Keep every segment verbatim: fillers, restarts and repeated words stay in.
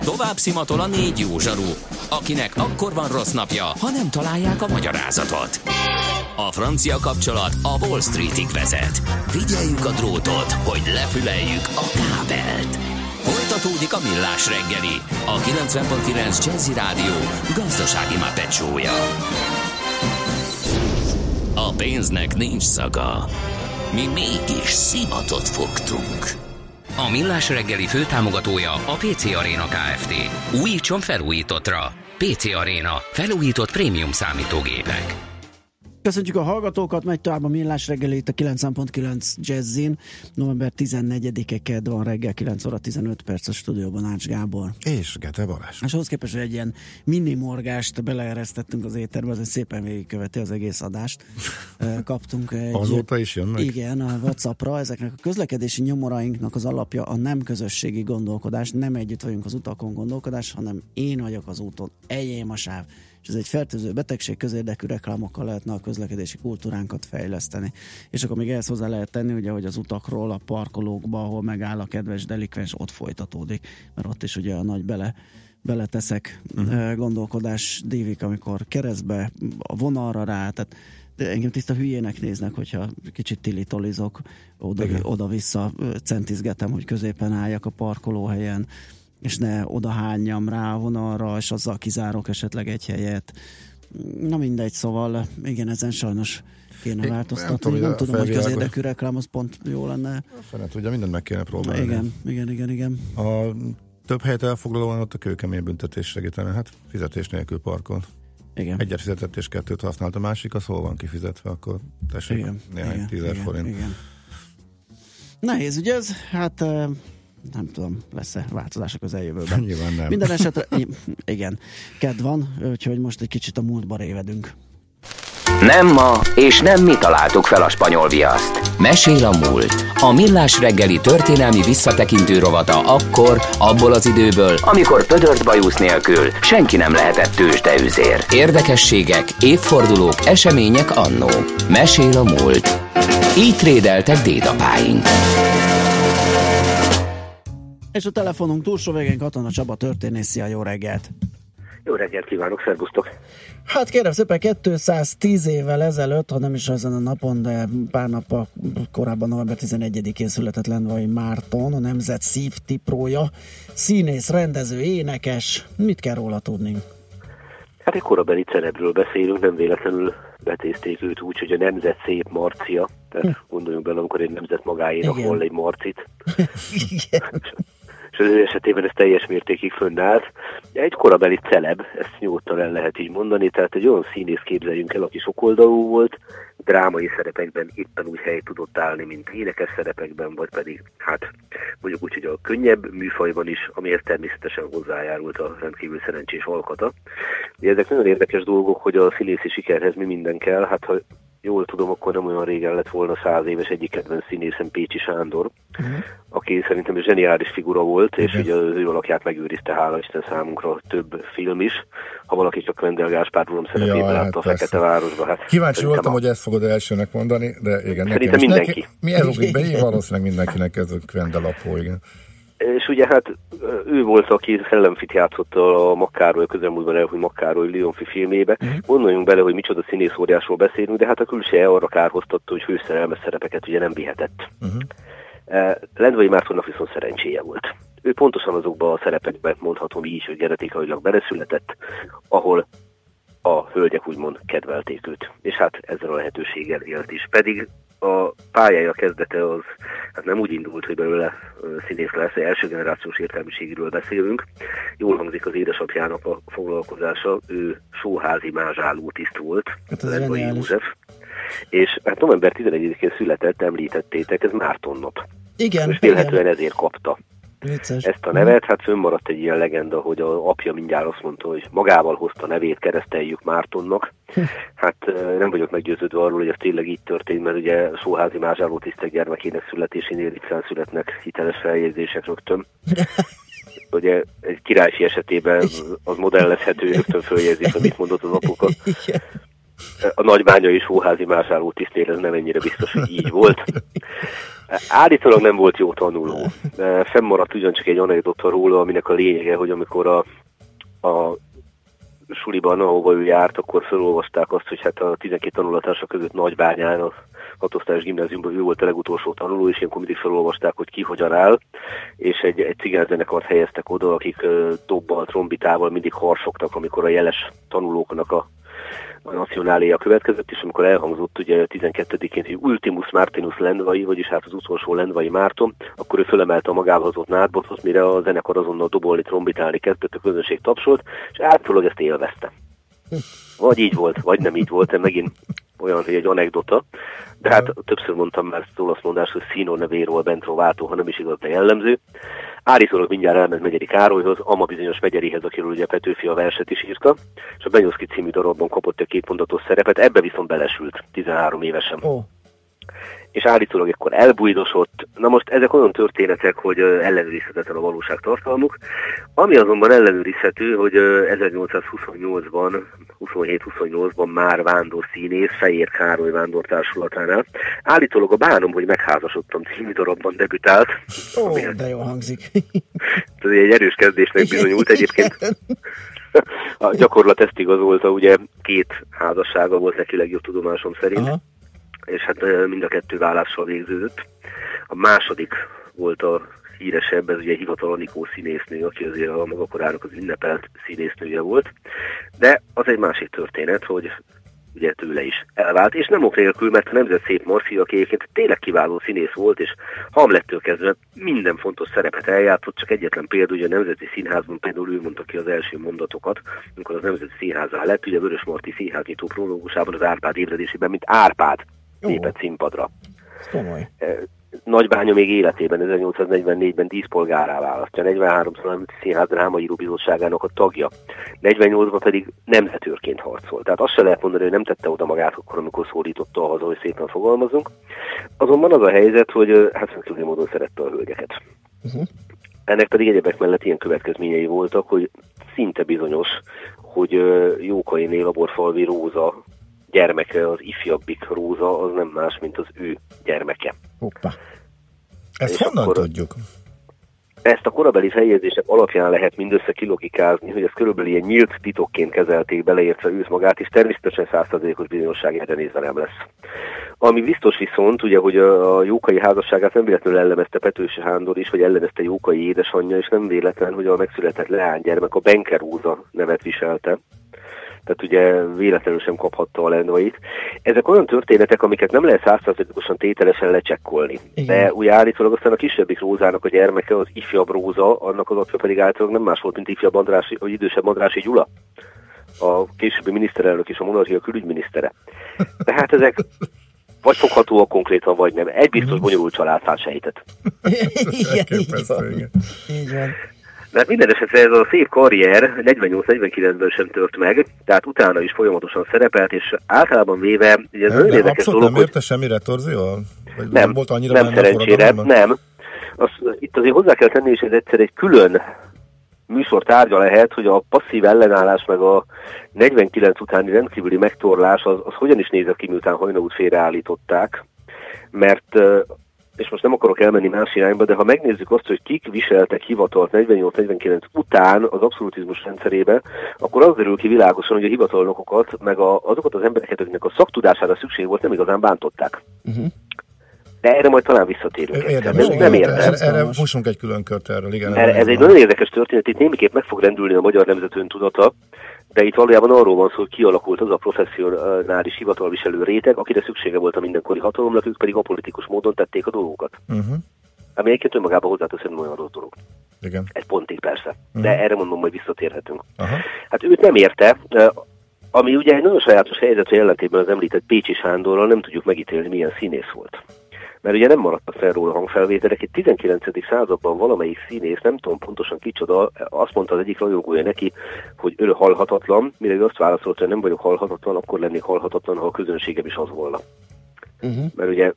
Tovább szimatol a négy jó zsaru, akinek akkor van rossz napja, ha nem találják a magyarázatot. A francia kapcsolat a Wall Streetig vezet. Figyeljük a drótot, hogy lefüleljük a kábelt. Folytatódik a Millás reggeli, a kilencven pont kilenc Jazzy Rádió gazdasági mápecsója. A pénznek nincs szaga. Mi mégis szimatot fogtunk. A Millás reggeli főtámogatója a pé cé Arena Kft. Újítson felújítottra. pé cé Arena. Felújított prémium számítógépek. Köszönjük a hallgatókat, megy tovább a Millás reggeli itt a kilencven pont kilenc Jazzin. november tizennegyedike kedd van, reggel kilenc óra tizenöt perc a stúdióban Ács Gábor. És Gete Balázs. És ahhoz képest, hogy egy ilyen mini morgást beleeresztettünk az éterbe, az egy szépen végigköveti az egész adást. Kaptunk egy... Azóta is jönnek? Igen, a WhatsAppra. Ezeknek a közlekedési nyomorainknak az alapja a nem közösségi gondolkodás, nem együtt vagyunk az utakon gondolkodás, hanem én vagyok az úton, enyém a sáv. És ez egy fertőző betegség, közérdekű reklámokkal lehetne a közlekedési kultúránkat fejleszteni. És akkor még ehhez hozzá lehet tenni, ugye, hogy az utakról, a parkolókba, ahol megáll a kedves delikvens, ott folytatódik, mert ott is ugye a nagy bele, beleteszek uh-huh. gondolkodás dívik, amikor keresztbe, a vonalra rá, tehát de engem tiszta hülyének néznek, hogyha kicsit tilitolizok, oda, oda-vissza centizgetem, hogy középen álljak a parkolóhelyen, és ne odahányjam rá a vonalra, és azzal kizárok esetleg egy helyet. Na mindegy, szóval igen, ezen sajnos kéne változtatni. Nem tudom, nem tudom hogy közérdekű reklám, az pont jó lenne. Fenet, ugye mindent meg kéne próbálni. Igen, igen, igen, igen. A több helyet elfoglalóan ott a kőkemény büntetés segítene. Hát fizetés nélkül parkol. Igen. Egyet fizetett és kettőt használt, a másik az hol van kifizetve, akkor tessék igen, néhány igen, tízer igen, forint. Igen. Nehéz, ugye ez? Hát nem tudom, lesz-e változás a közeljövőben. Nyilván nem. Minden esetre, igen, kedd van, úgyhogy most egy kicsit a múltba révedünk. Nem ma, és nem mi találtuk fel a spanyol viaszt. Mesél a múlt. A Millás reggeli történelmi visszatekintő rovata akkor, abból az időből, amikor pödört bajusz nélkül senki nem lehetett tőzsdeüzér. Érdekességek, évfordulók, események annó. Mesél a múlt. Így trédeltek dédapáink. És a telefonunk túlsó végén Katona Csaba történész. Szia, jó reggelt! Jó reggelt kívánok, szervusztok! Hát kérem szépen, kétszáztíz évvel ezelőtt, ha nem is ezen a napon, de pár nappal korábban, november tizenegyedikén született Lendvai Márton, a nemzet szívtiprója, színész, rendező, énekes. Mit kell róla tudni? Hát egy korabeli celebről beszélünk, nem véletlenül betézték őt úgy, hogy a nemzet szép Marcia. Tehát hm. gondoljunk bele, amikor egy nemzet magáénak hall egy marcit. Igen. És az ő esetében ez teljes mértékig fönnállt. Egy korabeli celeb, ezt nyugodtan el lehet így mondani, tehát egy olyan színész képzeljünk el, aki sokoldalú volt, drámai szerepekben éppen úgy helyt tudott állni, mint énekes szerepekben, vagy pedig, hát mondjuk úgy, hogy a könnyebb műfajban is, amihez természetesen hozzájárult a rendkívül szerencsés alkata. De ezek nagyon érdekes dolgok, hogy a színészi sikerhez mi minden kell, hát ha jól tudom, akkor nem olyan régen lett volna száz éves egyik kedvenc színészem, Pécsi Sándor, uh-huh. aki szerintem egy zseniális figura volt, és uh-huh. ugye az ő alakját megőrizte, hála Isten, számunkra több film is. Ha valaki csak Vendel Gáspár uram szerepében ja, látta hát a Fekete Városba. Hát kíváncsi voltam, a... hogy ezt fogod elsőnek mondani, de igen. Szerintem mindenki. Neki, mi ez úgy be, valószínűleg mindenkinek ez a Vendel apó, igen. És ugye hát ő volt, aki szellemfit játszott a Makkároly, közelmúltban elhúgy Makkároly Lionfi filmébe. Uh-huh. Gondoljunk bele, hogy micsoda színészóriásról beszélünk, de hát a külseje arra kárhoztatta, hogy főszerelmes szerepeket ugye nem vihetett. Uh-huh. Uh, Lendvai Mártonnak viszont szerencséje volt. Ő pontosan azokban a szerepekben, mondhatom így, hogy genetikailag beleszületett, ahol a hölgyek úgymond kedvelték őt. És hát ezzel a lehetőséggel élt is. Pedig a pályája kezdete az hát nem úgy indult, hogy belőle színész lesz, első generációs értelmiségről beszélünk. Jól hangzik az édesapjának a foglalkozása, ő sóházi mázsáló tiszt volt, hát Lendvai József. És hát november tizenegyedikén született, említettétek, ez Márton nap. Igen. És vélhetően ezért kapta vicces ezt a nevet. Hát fönnmaradt egy ilyen legenda, hogy az apja mindjárt azt mondta, hogy magával hozta nevét, kereszteljük Mártonnak. Hát nem vagyok meggyőződve arról, hogy ez tényleg így történt, mert ugye sóházi mázsáló tisztek gyermekének születésénél ritkán születnek hiteles feljegyzések rögtön. Ugye egy királyfi esetében az modellezhető, rögtön följegyzik, amit mondott az apuka. A nagybányai sóházi mázsáló tisztnél ez nem ennyire biztos, hogy így volt. Állítólag nem volt jó tanuló. Fennmaradt ugyancsak egy anekdota róla, aminek a lényege, hogy amikor a, a suliban, ahova ő járt, akkor felolvasták azt, hogy hát a tizenkét tanulatársa között Nagybányán, a hatosztályos gimnáziumban ő volt a legutolsó tanuló, és ilyenkor mindig felolvasták, hogy ki hogyan áll, és egy, egy cigányzenekart helyeztek oda, akik uh, dobbal, trombitával mindig harsogtak, amikor a jeles tanulóknak a a nacionáléja következett, és amikor elhangzott ugye tizenkettediként, hogy Ultimus Martinus Lendvai, vagyis hát az utolsó Lendvai Márton, akkor ő fölemelte a magához hozott nádbotot, mire a zenekar azonnal dobolni, trombitálni kezdett, a közönség tapsolt, és általában ezt élvezte. Vagy így volt, vagy nem így volt, de megint olyan, hogy egy anekdota, de hát többször mondtam már ezt az olasz mondást, hogy Sino nevero bentro váltó, ha nem is igaz, de jellemző. Állítólag mindjárt elment Megyeri Károlyhoz, ama bizonyos Megyerihez, akiről ugye Petőfi a verset is írta, és a Benyovszky című darabban kapott egy kétmondatos szerepet, ebbe viszont belesült tizenhárom évesen. Oh. És állítólag ekkor elbújdosott. Na most ezek olyan történetek, hogy ellenőrizhetetlen a valóság tartalmuk. Ami azonban ellenőrizhető, hogy ezernyolcszázhuszonnyolcban, huszonhét-huszonnyolcban már vándorszínész, Fejér Károly vándortársulatánál. Állítólag a Bánom, hogy megházasodtam című darabban debütált. Ó, oh, de jól hangzik. Ez egy erős kezdésnek bizonyult egyébként. A gyakorlat ezt igazolta, ugye két házassága volt neki legjobb tudomásom szerint. Aha. És hát mind a kettő vállással végződött. A második volt a híresebb, ez ugye Hivatal Anikó színésznő, aki azért a maga korának az ünnepelt színésznője volt. De az egy másik történet, hogy ugye tőle is elvált, és nem ok nélkül, mert a Nemzet Szép Marci, aki egyébként tényleg kiváló színész volt, és Hamlettől kezdve minden fontos szerepet eljátszott, csak egyetlen példa, ugye a Nemzeti Színházban például ő mondta ki az első mondatokat, amikor az Nemzeti Színházzá lett, ugye Vörös Marti színháznyitó prológusában az Árpád ébredésében, mint Árpád lépett színpadra. Komoly. Nagybánya még életében ezernyolcszáznegyvennégyben díszpolgárá választja, negyvenháromszor a Színház Drámaíró Bizottságának a tagja, negyvennyolcban pedig nemzetőrként harcol. Tehát azt se lehet mondani, hogy nem tette oda magát akkor, amikor szólította a haza, hogy szépen fogalmazunk. Azonban az a helyzet, hogy hát rendkívüli módon szerette a hölgyeket. Uh-huh. Ennek pedig egyebek mellett ilyen következményei voltak, hogy szinte bizonyos, hogy Jókainé Laborfalvi Róza gyermeke, az ifjabbik Róza, az nem más, mint az ő gyermeke. Hoppá. Ezt és honnan tudjuk? Ezt a korabeli feljegyzések alapján lehet mindössze kilogikázni, hogy ezt körülbelül ilyen nyílt titokként kezelték, beleértve őt magát, és természetesen száz százalékos bizonyosság erre nézve nem lesz. Ami biztos viszont, ugye, hogy a Jókai házasságát nem véletlenül ellemezte Petőfi Sándor is, vagy ellenezte Jókai édesanyja, és nem véletlen, hogy a megszületett leánygyermek a Benke Róza nevet viselte. Tehát ugye véletlenül sem kaphatta a Lendvait. Ezek olyan történetek, amiket nem lehet száz százalékosan tételesen lecsekkolni. Igen. De ugye állítólag aztán a kisebbik Rózának a gyermeke, az ifjabb Róza, annak az apja pedig állítólag nem más volt, mint ifjabb Andrássy, vagy idősebb Andrássy Gyula, a későbbi miniszterelnök és a monarchia külügyminisztere. Tehát ezek vagy foghatóak konkrétan, vagy nem. Egy biztos bonyolult családfát sejtett. Igen, így van. Így van. Mert minden esetre ez a szép karrier negyvennyolc-negyvenkilencben sem tört meg, tehát utána is folyamatosan szerepelt, és általában véve, ugye ez nagyon érdekes dolog, nem érte semmire torzió? Nem, volt annyira nem szerencsére, nem. Azt, itt azért hozzá kell tenni, és ez egyszer egy külön műsor tárgya lehet, hogy a passzív ellenállás meg a negyvenkilenc utáni rendkívüli megtorlás az, az hogyan is nézett ki, miután Hajnaút félreállították, mert és most nem akarok elmenni más irányba, de ha megnézzük azt, hogy kik viseltek hivatalt negyvennyolc-negyvenkilenc után az abszolutizmus rendszerébe, akkor az derül ki világosan, hogy a hivatalnokokat, meg a, azokat az embereket, akiknek a szaktudására szükség volt, nem igazán bántották. Uh-huh. De erre majd talán visszatérünk. Érdemes, nem, nem értem. Erre, erre fussunk egy külön kört erről. Igen, erre, ez egy nagyon érdekes történet, itt némiképp meg fog rendülni a magyar nemzet öntudata, de itt valójában arról van szó, hogy kialakult az a professzionális hivatalviselő réteg, akire szüksége volt a mindenkori hatalomnak, ők pedig apolitikus módon tették a dolgokat. Uh-huh. Ami egyébként önmagában hozzáteszem olyan rossz dolog. Igen. Egy pontig persze. Uh-huh. De erre mondom, hogy visszatérhetünk. Uh-huh. Hát őt nem érte, ami ugye egy nagyon sajátos helyzet, hogy ellentétben az említett Pécsi Sándorral nem tudjuk megítélni, milyen színész volt. Mert ugye nem maradtak fel róla hangfelvételek, itt tizenkilencedik században valamelyik színész, nem tudom pontosan kicsoda, azt mondta az egyik rajongója neki, hogy ő halhatatlan, mire ő azt válaszolta, hogy nem vagyok halhatatlan, akkor lennék halhatatlan, ha a közönségem is az volna. Uh-huh. Mert ugye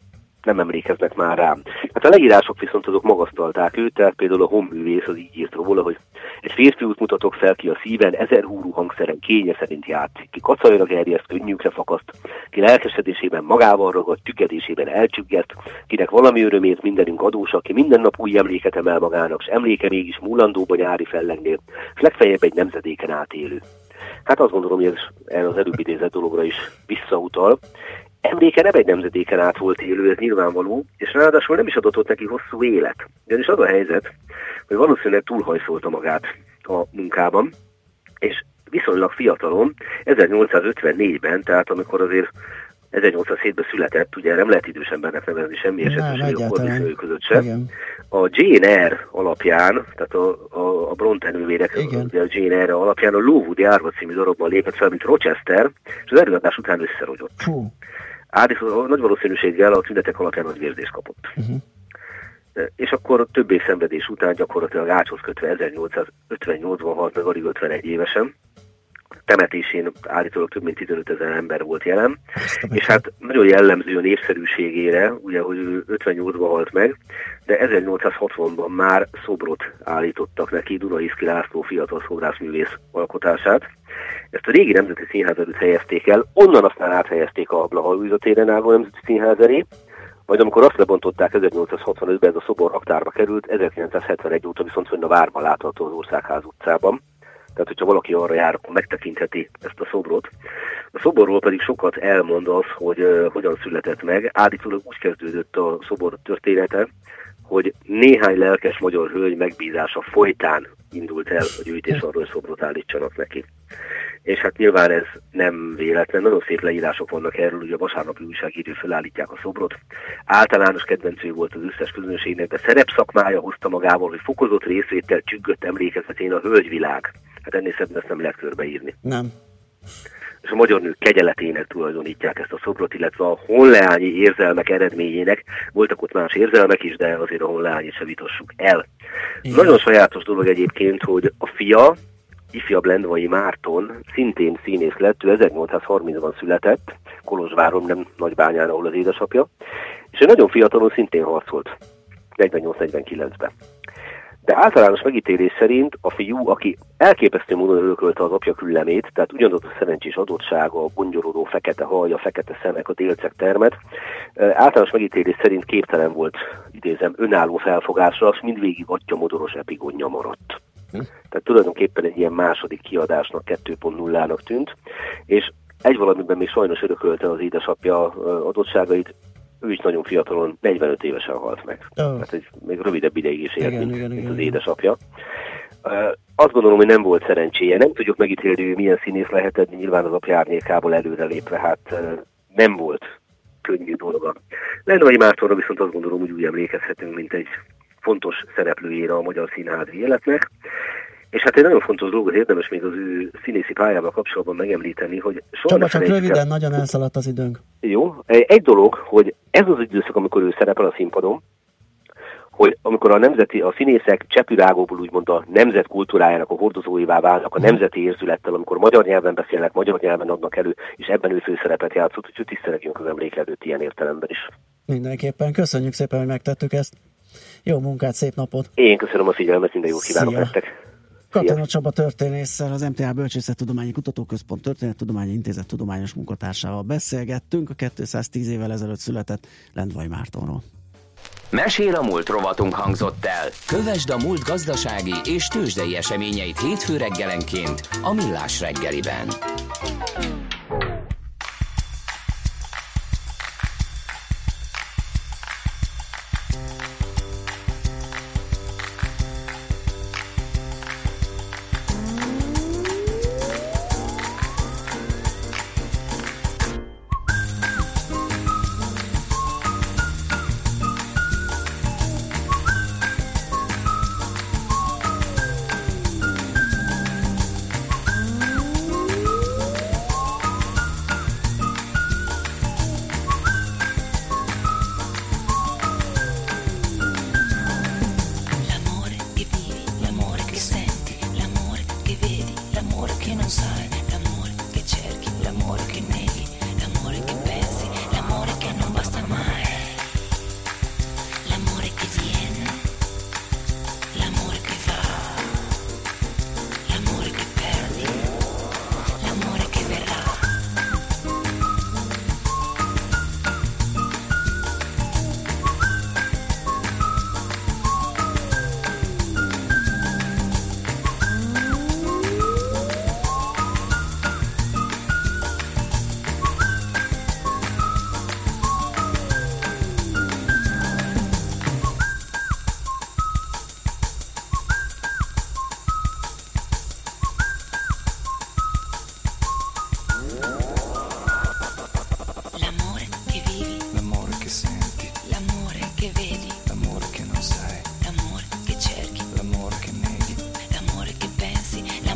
nem emlékeznek már rám. Hát a leírások viszont azok magasztalták őt, tehát például a honművész az így írt róla, hogy egy férfiút mutatok fel, ki a szíven ezer húrú hangszeren kénye szerint játszik, ki kacajra gerjeszt, könnyűkre fakaszt, ki lelkesedésében magával ragad, tükedésében elcsüggett, kinek valami örömét mindenünk adósak, ki minden nap új emléket emel magának, s emléke mégis múlandóba nyári fellegnél, s legfeljebb egy nemzedéken átélő. Hát azt gondolom, hogy ez erre az előbb idézett dologra is visszautal. Emléke nem egy nemzedéken át volt élő, ez nyilvánvaló, és ráadásul nem is adott neki hosszú élet. Ugyanis az a helyzet, hogy valószínűleg túlhajszolta magát a munkában, és viszonylag fiatalon, ezernyolcszázötvennégyben, tehát amikor azért ezernyolcszázhétben született, ugye nem lehet idős embernek nevezni semmi esetben, a kordviselők között sem. A Jane Eyre alapján, tehát a, a, a Bronte nővérek, a Jane Eyre alapján a Lowoodi Árva című darabban lépett fel, mint Rochester, és az előadás után összerogyott. Hú. Állítólag nagy valószínűséggel a tünetek alapján az vérzést kapott. Uh-huh. És akkor több év szenvedés után gyakorlatilag ácshoz kötve ezernyolcszázötvennyolcban halt meg alig ötvenegy évesen. Temetésén állítólag több mint tizenöt ezer ember volt jelen, és hát nagyon jellemző a népszerűségére, ugye, hogy ő ötvennyolcban halt meg, de ezernyolcszázhatvanban már szobrot állítottak neki, Dunaiszki László fiatal szobrászművész alkotását. Ezt a régi Nemzeti Színház előtt helyezték el, onnan aztán áthelyezték a Blaha Lujza téren álló Nemzeti Színház elé, majd amikor azt lebontották, ezernyolcszázhatvanötben ez a szobor raktárba került, ezerkilencszázhetvenegy óta viszont fönn a várban látható az Országház utcában. Tehát, hogyha valaki arra jár, akkor megtekintheti ezt a szobrot. A szoborról pedig sokat elmond az, hogy uh, hogyan született meg. Állítólag úgy kezdődött a szobor története, hogy néhány lelkes magyar hölgy megbízása folytán indult el a gyűjtés arról, hogy szobrot állítsanak neki. És hát nyilván ez nem véletlen, nagyon szép leírások vannak erről, hogy a vasárnapi újságíró felállítják a szobrot. Általános kedvencő volt az összes közönségnek, de szerepszakmája hozta magával, hogy fokozott részvétel csüggött emlékezetén a hölgyvilág. Hát ennél szebben ezt nem lehet körbeírni. Nem. És a magyar nők kegyeletének tulajdonítják ezt a szobrot, illetve a honleányi érzelmek eredményének. Voltak ott más érzelmek is, de azért a honleányit se vitassuk el. Igen. Nagyon sajátos dolog egyébként, hogy a fia, ifjabb Lendvai Márton, szintén színész lett, ő ezernyolcszázharmincban született, Kolozsváron, nem Nagybányán, ahol az édesapja, és ő nagyon fiatalon szintén harcolt, negyvennyolc-negyvenkilencben. De általános megítélés szerint a fiú, aki elképesztő módon örökölte az apja küllemét, tehát ugyanaz a szerencsés adottsága, a bongyorodó fekete haja, fekete szemek, a délceg termet, általános megítélés szerint képtelen volt, idézem, önálló felfogásra, az mindvégig atymodoros epigonja maradt. Hm. Tehát tulajdonképpen egy ilyen második kiadásnak, kettő pont nullának tűnt, és egy valamiben még sajnos örökölte az édesapja adottságait, ő is nagyon fiatalon, negyvenöt évesen halt meg. Oh. Tehát egy még rövidebb ideig is élt, igen, mint, igen, mint igen, az igen. édesapja. Uh, azt gondolom, hogy nem volt szerencséje. Nem tudjuk megítélni, hogy milyen színész lehetett, nyilván az apja árnyékából előrelépve, hát uh, nem volt könnyű dolga. Lendvai Mártonra viszont azt gondolom, hogy úgy emlékezhetünk, mint egy fontos szereplőjére a magyar színházi életnek. És hát egy nagyon fontos dolog, az érdemes még az ő színészi pályával kapcsolatban megemlíteni, hogy soha Csaba, csak röviden, el... nagyon elszaladt az időnk. Jó. Egy dolog, hogy ez az időszak, amikor ő szerepel a színpadon, hogy amikor a nemzeti, a színészek csepürágóból úgymond a nemzet kultúrájának a hordozóivá válnak, a nemzeti érzülettel, amikor magyar nyelven beszélnek, magyar nyelven adnak elő, és ebben ő főszerepet játszott, úgyhogy tisztelegjünk az emlék előtt ilyen értelemben is. Mindenképpen. Köszönjük szépen, hogy megtettük ezt. Jó munkát, szép napot! Én köszönöm a figyelmet, minden jót kívánok nektek! Katona Csaba történésszel, az em té á Bölcsészettudományi Kutatóközpont Történettudományi Intézet tudományos munkatársával beszélgettünk a kétszáz évvel ezelőtt született Lendvai Mártonról. Mesél a múlt rovatunk hangzott el. Kövesd a múlt gazdasági és tőzsdei eseményeit hétfő reggelenként a Millás reggeliben.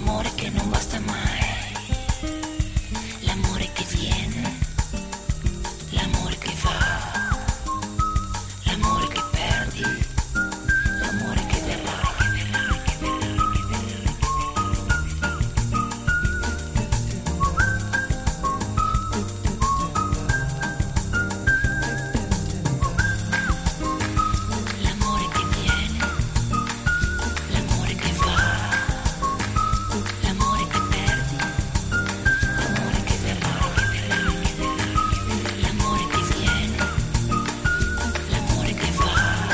l'amore che non basta mai, l'amore che viene, l'amore che va, l'amore che perdi, l'amore che verrà, che verrà, che verrà, che verrà, l'amore che viene, l'amore che va, l'amore che perdi, l'amore che verrà, che verrà, che verrà, l'amore che viene, l'amore che va,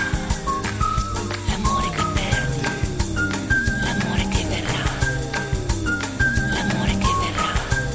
l'amore che perdi, l'amore che verrà, l'amore che verrà,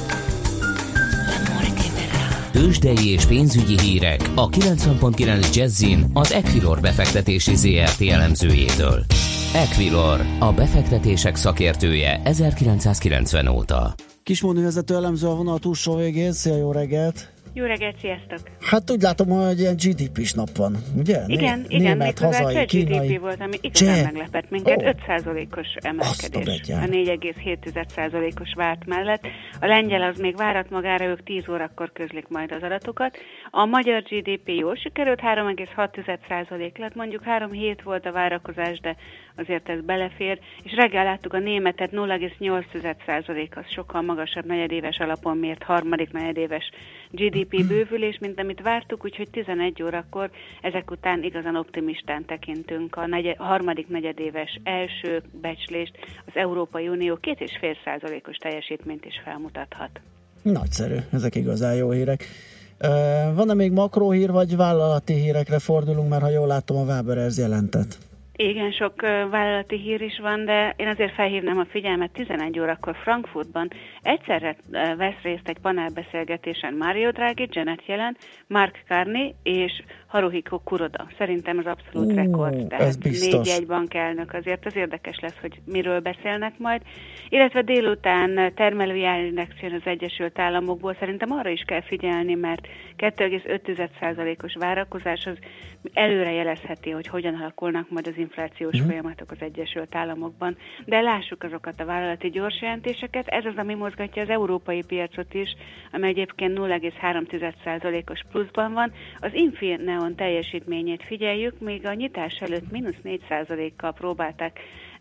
l'amore che verrà. Tőzsdei és pénzügyi hírek a kilencven pont kilenc Jazzin az Equilor befektetési zé er té elemzőjétől. Equilor, a befektetések szakértője ezerkilencszázkilencven óta. Kismódi vezető elemző a vonal túlsó végén. Szia, jó reggelt! Jó reggelt, sziasztok! Hát úgy látom, hogy ilyen gé dé pés nap van, ugye? Igen, Né- igen, német, méghozzá hazai, a gé dé pé kínai. volt, ami igazán Cseh. meglepett minket, Ó. öt százalékos Azt a emelkedés betyár. a négy egész hét százalékos várt mellett. A lengyel az még várat magára, ők tíz órakor közlik majd az adatokat. A magyar gé dé pé jól sikerült, három egész hat százalék lett, mondjuk három hét volt a várakozás, de azért ez belefér, és reggel láttuk a németet nulla egész nyolc százalék, az sokkal magasabb negyedéves alapon mért harmadik negyedéves gé dé pé bővülés, mint amit vártuk, úgyhogy tizenegy órakor ezek után igazán optimistán tekintünk a, negyed, a harmadik negyedéves első becslést, az Európai Unió két és fél százalékos teljesítményt is felmutathat. Nagyszerű, ezek igazán jó hírek. Uh, van-e még makróhír, vagy vállalati hírekre fordulunk, mert ha jól látom, a Waberers jelentett. Igen, sok uh, vállalati hír is van, de én azért felhívnám a figyelmet, tizenegy órakor Frankfurtban egyszerre uh, vesz részt egy panelbeszélgetésen Mario Draghi, Janet Yellen, Mark Carney és Haruhiko Kuroda. Szerintem ez abszolút Ú, rekord, tehát ez biztos. négy-egy bankelnök, azért az érdekes lesz, hogy miről beszélnek majd. Illetve délután termelői árindex jön az Egyesült Államokból, szerintem arra is kell figyelni, mert két egész öt százalékos várakozás az előre jelezheti, hogy hogyan alakulnak majd az inflációs mm. folyamatok az Egyesült Államokban. De lássuk azokat a vállalati gyors jelentéseket, ez az, ami mozgatja az európai piacot is, amely egyébként nulla egész három százalékos pluszban van. Az Infineon teljesítményét figyeljük, még a nyitás előtt mínusz négy százalékkal próbálták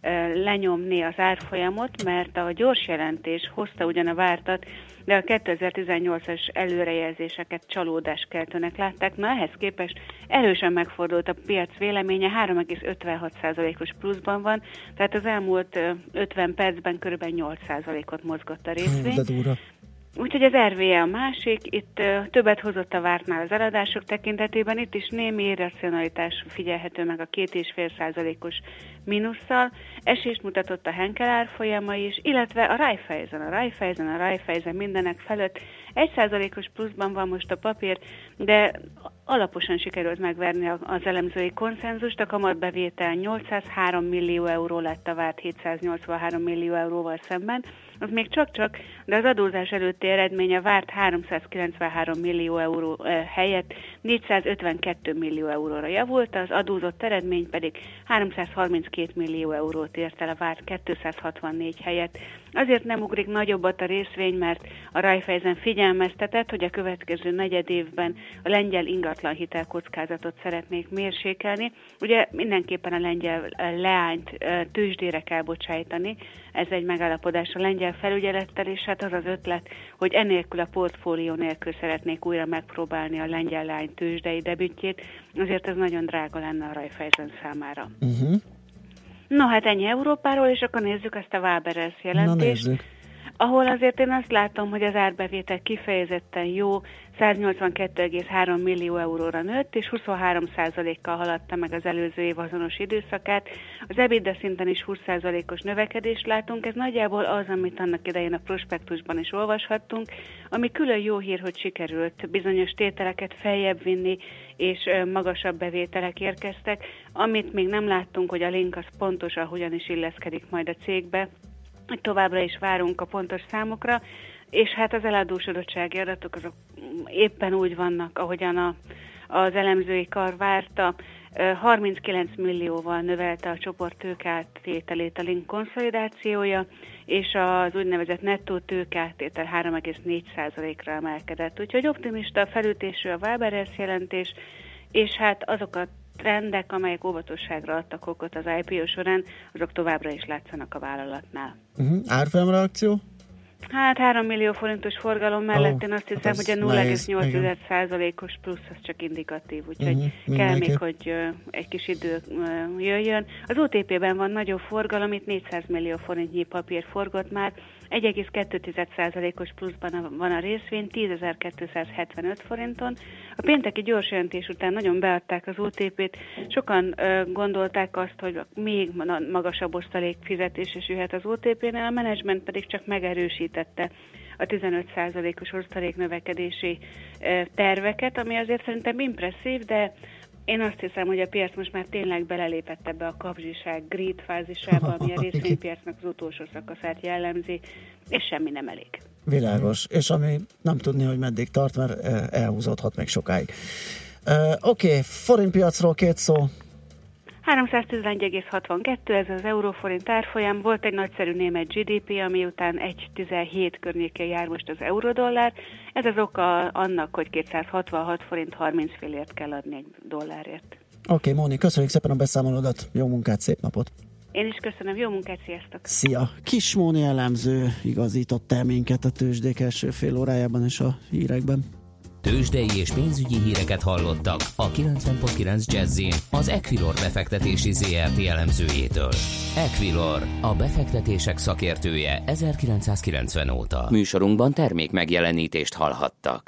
lenyomni az árfolyamot, mert a gyors jelentés hozta ugyan a vártat, de a kétezer-tizennyolcas előrejelzéseket csalódáskeltőnek látták. Na, ehhez képest erősen megfordult a piac véleménye, három egész ötvenhat százalékos pluszban van, tehát az elmúlt ötven percben körülbelül nyolc százalékot mozgott a részvény. De durva. Úgyhogy az er vé e a másik, itt uh, többet hozott a vártnál az eladások tekintetében, itt is némi irracionalitás figyelhető meg a két és fél százalékos mínusszal, esést mutatott a Henkel árfolyama is, illetve a Raiffeisen, a Raiffeisen, a Raiffeisen mindenek felett egy százalékos pluszban van most a papír, de alaposan sikerült megverni az elemzői konszenzust, a kamatbevétel nyolcszázhárom millió euró lett a várt hétszáznyolcvanhárom millió euróval szemben, az még csak-csak, de az adózás előtti eredménye várt háromszázkilencvenhárom millió euró helyett négyszázötvenkettő millió euróra javult, az adózott eredmény pedig háromszázharminckét millió eurót ért el a várt kétszázhatvannégy helyett. Azért nem ugrik nagyobbat a részvény, mert a Raiffeisen figyelmeztetett, hogy a következő negyed évben a lengyel ingatlan hitelkockázatot szeretnék mérsékelni. Ugye mindenképpen a lengyel leányt tőzsdére kell bocsájtani, ez egy megállapodás a lengyel felügyelettel, és hát az az ötlet, hogy enélkül a portfólió nélkül szeretnék újra megpróbálni a lengyel leány tőzsdei debütjét, azért ez nagyon drága lenne a Raiffeisen számára. Uh-huh. No, hát ennyi Európáról, és akkor nézzük ezt a Waberers jelentést, ahol azért én azt látom, hogy az árbevétel kifejezetten jó, száznyolcvankettő egész három millió euróra nőtt, és huszonhárom százalékkal haladta meg az előző év azonos időszakát. Az EBITDA szinten is húsz százalékos növekedést látunk, ez nagyjából az, amit annak idején a prospektusban is olvashattunk, ami külön jó hír, hogy sikerült bizonyos tételeket feljebb vinni, és magasabb bevételek érkeztek. Amit még nem láttunk, hogy a link az pontosan hogyan is illeszkedik majd a cégbe, továbbra is várunk a pontos számokra, és hát az eladósodottsági adatok azok éppen úgy vannak, ahogyan a, az elemzői kar várta. harminckilenc millióval növelte a csoport tőkeáttételét a Link konszolidációja, és az úgynevezett nettó tőkeáttétel három egész négy százalékra emelkedett. Úgyhogy optimista felütésű a Waberers jelentés, és hát azok a trendek, amelyek óvatosságra adtak okot az I P O során, azok továbbra is látszanak a vállalatnál. Uh-huh. Árfolyamreakció? Hát három millió forintos forgalom mellett oh, én azt hiszem, hát hogy a nulla egész nyolc százalékos plusz az csak indikatív, úgyhogy uh-huh, kell még, hogy uh, egy kis idő uh, jöjjön. Az o té pé-ben van nagyobb forgalom, itt négyszáz millió forintnyi papír forgott már, egy egész kettő százalékos pluszban van a részvény, tízezer-kétszázhetvenöt forinton. A pénteki gyors jelentés után nagyon beadták az o té pét, sokan uh, gondolták azt, hogy még magasabb osztalék fizetése jöhet az o té pénél, a menedzsment pedig csak megerősítette a tizenöt százalékos osztalék növekedési uh, terveket, ami azért szerintem impresszív, de én azt hiszem, hogy a piac most már tényleg belelépett ebbe a kapzsiság greed fázisába, ami a részvénypiacnak az utolsó szakaszát jellemzi, és semmi nem elég. Világos, és ami nem tudni, hogy meddig tart, mert elhúzódhat még sokáig. Uh, Oké, okay, forintpiacról két szó. háromszáztizenegy egész hatvankettő, ez az euróforint árfolyam. Volt egy nagyszerű német gé dé pé, ami után egy egész tizenhét környékén jár most az eurodollár. Ez az oka annak, hogy kétszázhatvanhat forint harminc fillért kell adni egy dollárért. Oké, okay, Móni, köszönjük szépen a beszámolódat, jó munkát, szép napot! Én is köszönöm, jó munkát, sziasztok! Szia! Kis Móni elemző igazított el minket a tőzsdék első fél órájában és a hírekben. Tőzsdei és pénzügyi híreket hallottak a kilencven pont kilenc Jazzin az Equilor befektetési zé er té elemzőjétől. Equilor, a befektetések szakértője ezerkilencszázkilencven óta. Műsorunkban termék megjelenítést hallhattak.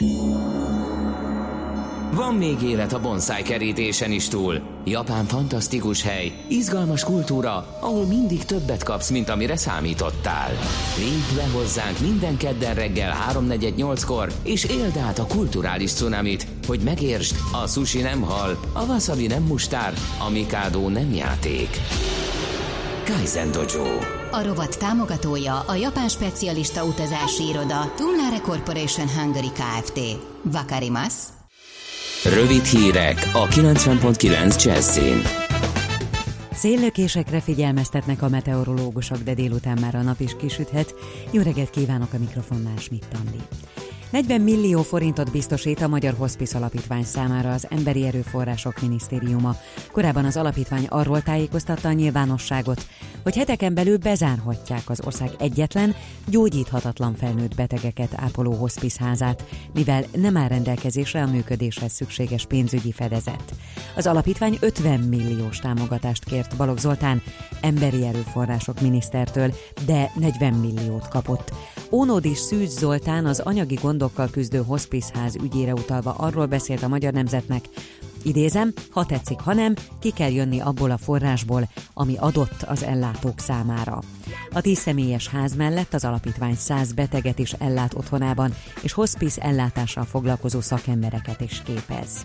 Van még élet a bonsai kerítésen is túl. Japán fantasztikus hely, izgalmas kultúra, ahol mindig többet kapsz, mint amire számítottál. Lépj be hozzánk minden kedden reggel háromnegyed nyolckor, és éld át a kulturális cunamit, hogy megértsd, a sushi nem hal, a wasabi nem mustár, a mikádó nem játék. Kaizen Dojo. A rovat támogatója a japán specialista utazási iroda Tumlare Corporation Hungary Kft. Wakarimasu. Rövid hírek a kilencven pont kilenc Jazzin. Széllökésekre figyelmeztetnek a meteorológusok, de délután már a nap is kisüthet. Jó reggelt kívánok, a mikrofonnál Schmidt Andi. negyven millió forintot biztosít a Magyar Hospice Alapítvány számára az Emberi Erőforrások Minisztériuma. Korábban az alapítvány arról tájékoztatta a nyilvánosságot, hogy heteken belül bezárhatják az ország egyetlen, gyógyíthatatlan felnőtt betegeket ápoló hospiceházát, mivel nem áll rendelkezésre a működéshez szükséges pénzügyi fedezet. Az alapítvány ötven milliós támogatást kért Balogh Zoltán Emberi Erőforrások minisztertől, de negyven milliót kapott. Ónodi Szűcs Zoltán az anyagi gondokkal küzdő hospiceház ügyére utalva arról beszélt a Magyar Nemzetnek, idézem, ha tetszik, ha nem, ki kell jönni abból a forrásból, ami adott az ellátók számára. A tíz személyes ház mellett az alapítvány száz beteget is ellát otthonában, és hospice ellátással foglalkozó szakembereket is képez.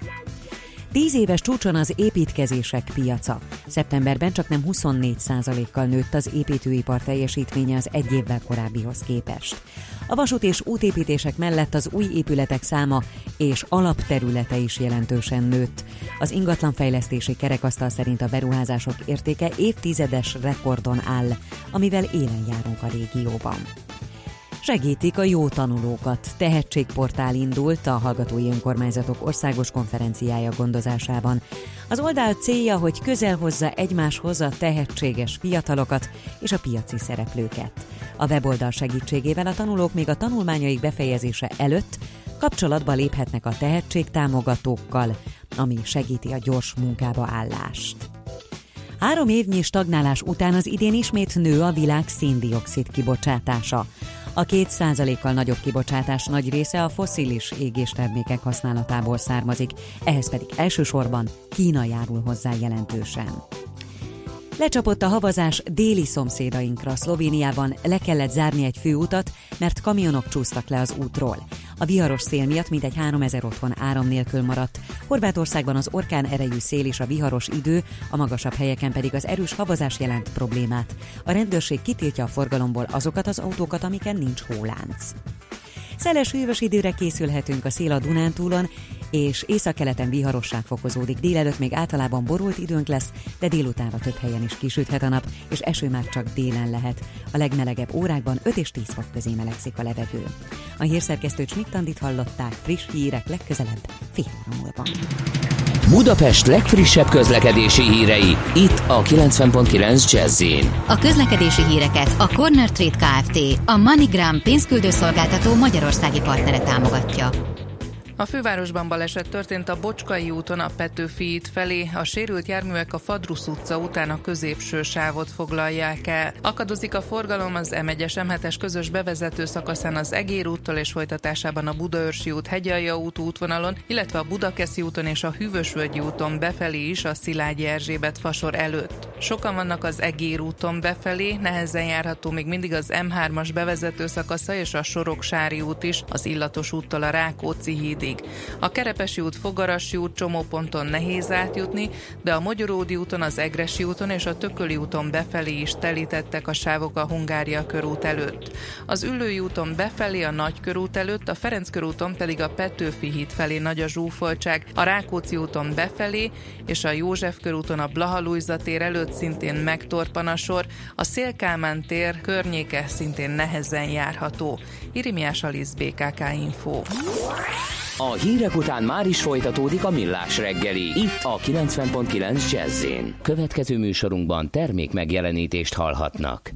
Tíz éves csúcson az építkezések piaca. Szeptemberben csaknem huszonnégy százalékkal nőtt az építőipar teljesítménye az egy évvel korábbihoz képest. A vasút és útépítések mellett az új épületek száma és alapterülete is jelentősen nőtt. Az ingatlanfejlesztési kerekasztal szerint a beruházások értéke évtizedes rekordon áll, amivel élen járunk a régióban. Segítik a jó tanulókat. Tehetségportál indult a Hallgatói Önkormányzatok Országos Konferenciája gondozásában. Az oldal célja, hogy közel hozza egymáshoz a tehetséges fiatalokat és a piaci szereplőket. A weboldal segítségével a tanulók még a tanulmányaik befejezése előtt kapcsolatba léphetnek a tehetségtámogatókkal, ami segíti a gyors munkába állást. Három évnyi stagnálás után az idén ismét nő a világ szén-dioxid kibocsátása. A két százalékkal nagyobb kibocsátás nagy része a fosszilis égéstermékek használatából származik, ehhez pedig elsősorban Kína járul hozzá jelentősen. Lecsapott a havazás déli szomszédainkra. Szlovéniában le kellett zárni egy főutat, mert kamionok csúsztak le az útról. A viharos szél miatt mintegy háromezer otthon áram nélkül maradt. Horvátországban az orkán erejű szél és a viharos idő, a magasabb helyeken pedig az erős havazás jelent problémát. A rendőrség kitiltja a forgalomból azokat az autókat, amiken nincs hólánc. Szeles hűvös időre készülhetünk, a szél a Dunántúlon, és északkeleten viharosság fokozódik. Délelőtt még általában borult időnk lesz, de délutánra több helyen is kisüthet a nap, és eső már csak délen lehet. A legmelegebb órákban öt és tíz fok közé melegszik a levegő. A hírszerkesztő Schmidt-Andit hallották, friss hírek legközelebb fél óra múlva. Budapest legfrissebb közlekedési hírei, itt a kilencven pont kilenc Jazz-in. A közlekedési híreket a Corner Trade Kft., a MoneyGram pénzküldőszolgáltató magyarországi partnere támogatja. A fővárosban baleset történt a Bocskai úton a Petőfi híd felé, a sérült járművek a Fadrusz utca után a középső sávot foglalják el. Akadozik a forgalom az em egyes em hetes közös bevezető szakaszán az Egér úttól és folytatásában a Budaörsi út Hegyalja út útvonalon, illetve a Budakeszi úton és a Hűvösvölgyi úton befelé is a Szilágyi Erzsébet fasor előtt. Sokan vannak az Egér úton befelé, nehezen járható még mindig az em hármas bevezető szakasza és a Soroksári út is, az Illatos úttól a Rákóczi hídig. A Kerepesi út, Fogarasi út csomóponton nehéz átjutni, de a Mogyoródi úton, az Egressy úton és a Tököli úton befelé is telítettek a sávok a Hungária körút előtt. Az Üllői úton befelé a Nagykörút előtt, a Ferenc körúton pedig a Petőfi híd felé nagy a zsúfoltság, a Rákóczi úton befelé és a József körúton a Blaha Lujza tér előtt szintén megtorpan a sor, a Széll-Kálmán tér környéke szintén nehezen járható. Irimiás Alisz, bé ká ká Info. A hírek után már is folytatódik a Millás reggeli, itt a kilencven pont kilenc Jazz-in. Következő műsorunkban termék megjelenítést hallhatnak.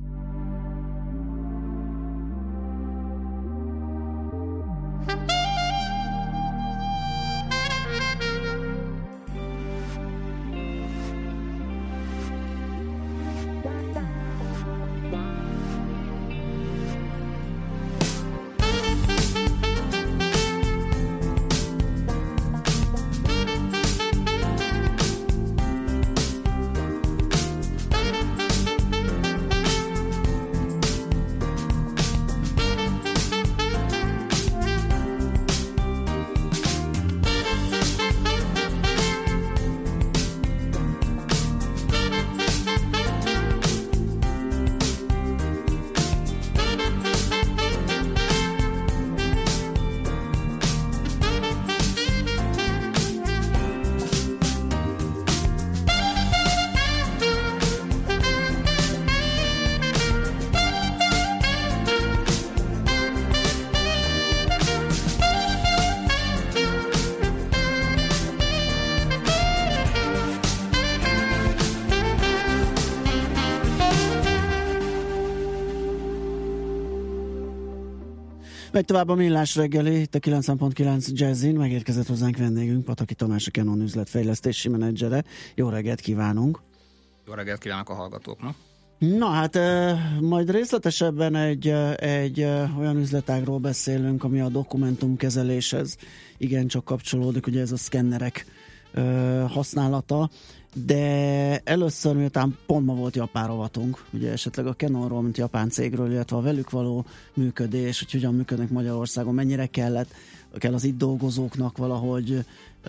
Megy tovább a Millás reggeli, itt a kilencven pont kilenc Jazzin, megérkezett hozzánk vendégünk, Pataki Tamás, a Canon üzletfejlesztési menedzsere. Jó reggelt kívánunk! Jó reggelt kívánok a hallgatóknak! Na hát, majd részletesebben egy, egy olyan üzletágról beszélünk, ami a dokumentumkezeléshez igencsak kapcsolódik, ugye ez a szkennerek használata, de először, miután pont ma volt japán rovatunk, ugye esetleg a Canonról, mint japán cégről, illetve a velük való működés, hogy hogyan működnek Magyarországon, mennyire kellett, kell az itt dolgozóknak valahogy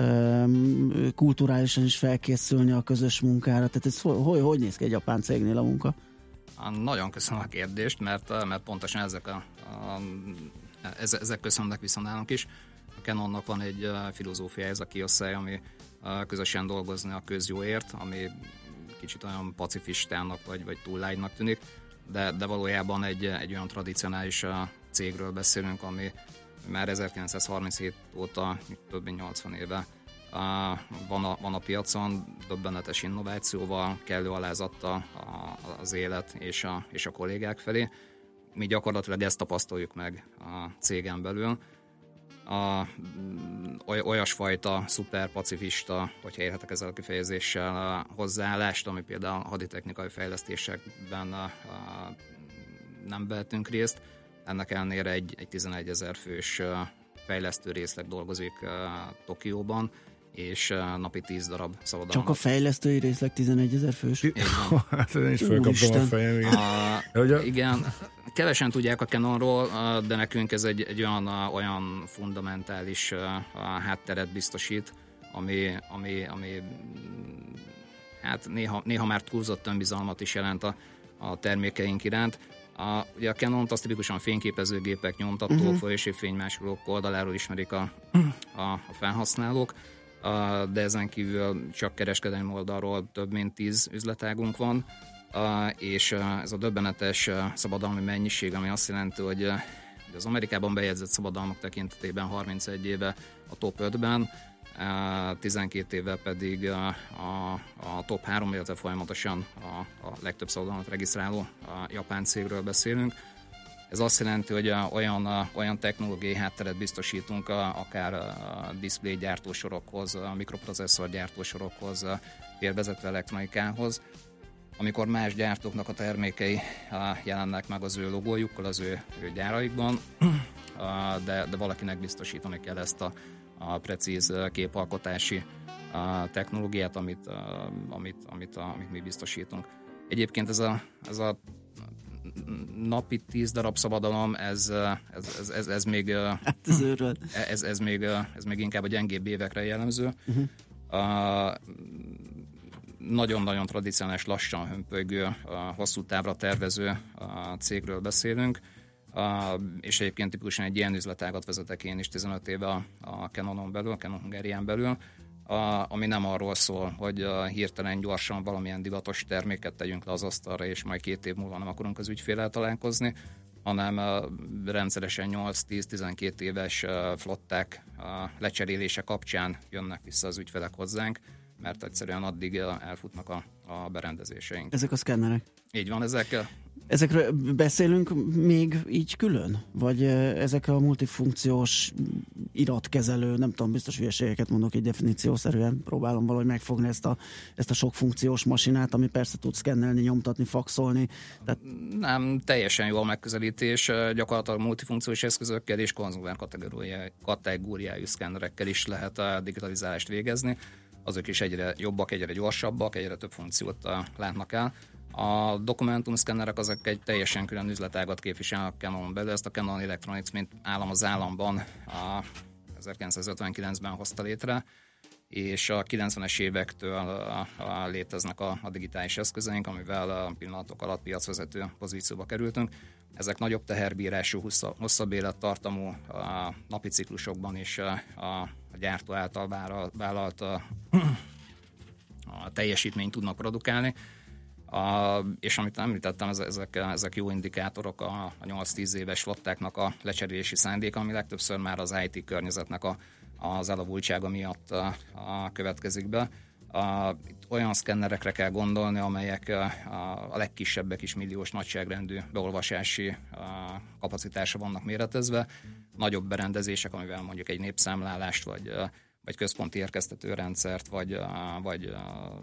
um, kulturálisan is felkészülni a közös munkára, tehát ez hogy, hogy néz ki egy japán cégnél a munka? Nagyon köszönöm a kérdést, mert, mert pontosan ezek, a, a, ezek köszönnek viszont nálunk is. A Canonnak van egy filozófia, ez a Kiyosai, ami közösen dolgozni a közjóért, ami kicsit olyan pacifistának vagy, vagy túl lágynak tűnik, de, de valójában egy, egy olyan tradicionális cégről beszélünk, ami már ezerkilencszázharminchét óta, több mint nyolcvan éve van a, van a piacon, döbbenetes innovációval, kellő alázattal az élet és a, és a kollégák felé. Mi gyakorlatilag ezt tapasztaljuk meg a cégen belül. A, olyasfajta szuperpacifista, hogyha érhetek ezzel a kifejezéssel, a hozzáállást, ami például a haditechnikai fejlesztésekben a, a, nem vehetünk részt. Ennek ellenére egy, egy tizenegyezer fős fejlesztő részleg dolgozik uh, Tokióban, és uh, napi tíz darab szabadalmat. Csak a fejlesztői részleg tizenegyezer fős? Hát én is fölkaptam a fejem. Igen. A, igen, kevesen tudják a Canonról, de nekünk ez egy, egy olyan, olyan fundamentális hátteret biztosít, ami, ami, ami hát néha, néha már túlzott önbizalmat is jelent a, a termékeink iránt. A, ugye a Canont azt tipikusan fényképezőgépek, nyomtató, uh-huh. folyosír fénymásolók oldaláról ismerik a, a, a felhasználók, a, de ezen kívül csak kereskedelmi oldalról több mint tíz üzletágunk van, a, és a, ez a döbbenetes szabadalmi mennyiség, ami azt jelenti, hogy az Amerikában bejegyzett szabadalmak tekintetében harmincegy éve a top ötben, tizenkét évvel pedig a, a, a top három, illetve folyamatosan a, a legtöbb szabadalmat regisztráló a japán cégről beszélünk. Ez azt jelenti, hogy a, olyan, a, olyan technológiai hátteret biztosítunk a, akár a display gyártósorokhoz, a mikroprocesszor gyártósorokhoz, a félvezető elektronikához, amikor más gyártóknak a termékei jelennek meg az ő logójukkal, az ő, ő gyáraikban, de, de valakinek biztosítani kell ezt a a precíz képalkotási technológiát, amit, amit, amit, amit mi biztosítunk. Egyébként ez a, ez a napi tíz darab szabadalom, ez, ez, ez, ez, ez még hát ez, ez, ez, még, ez még inkább a gyengébb évekre jellemző. Uh-huh. Uh, nagyon-nagyon tradicionális, lassan hömpölygő, hosszú távra tervező cégről beszélünk. Uh, és egyébként tipikusan egy ilyen üzletágat vezetek én is tizenöt éve a, a Canonon belül, a Canon Hungarian belül, uh, ami nem arról szól, hogy uh, hirtelen gyorsan valamilyen divatos terméket tegyünk le az asztalra, és majd két év múlva nem akarunk az ügyféllel találkozni, hanem uh, rendszeresen nyolc-tíz-tizenkét éves uh, flották uh, lecserélése kapcsán jönnek vissza az ügyfelek hozzánk, mert egyszerűen addig uh, elfutnak a, a berendezéseink. Ezek a szkennerek? Így van, ezek. Ezekről beszélünk még így külön? Vagy ezek a multifunkciós iratkezelő, nem tudom, biztos hülyeségeket mondok így definíciószerűen, próbálom valahogy megfogni ezt a, ezt a sok funkciós masinát, ami persze tud szkennelni, nyomtatni, faxolni. Tehát... Nem, teljesen jó a megközelítés, gyakorlatilag multifunkciós eszközökkel és konzumer kategóriájú szkennerekkel is lehet a digitalizálást végezni. Azok is egyre jobbak, egyre gyorsabbak, egyre több funkciót látnak el. A dokumentumszkennerek azok egy teljesen külön üzletágat képviselnek a Canon belül. Ezt a Canon Electronics, mint állam az államban a ezerkilencszázötvenkilencben hozta létre, és a kilencvenes évektől a, a léteznek a, a digitális eszközeink, amivel a pillanatok alatt piacvezető pozícióba kerültünk. Ezek nagyobb teherbírású, hosszabb élettartamú a napi ciklusokban is a, a, a gyártó által vállalt a, a teljesítményt tudnak produkálni. A, és amit említettem, ezek, ezek jó indikátorok a, a nyolc-tíz éves flottáknak a lecserélési szándéka, ami legtöbbször már az i té környezetnek a, az elavultsága miatt a, a következik be. A, itt olyan szkennerekre kell gondolni, amelyek a, a legkisebbek is milliós nagyságrendű beolvasási a, kapacitása vannak méretezve. Nagyobb berendezések, amivel mondjuk egy népszámlálást, vagy, vagy központi érkeztetőrendszert, vagy, vagy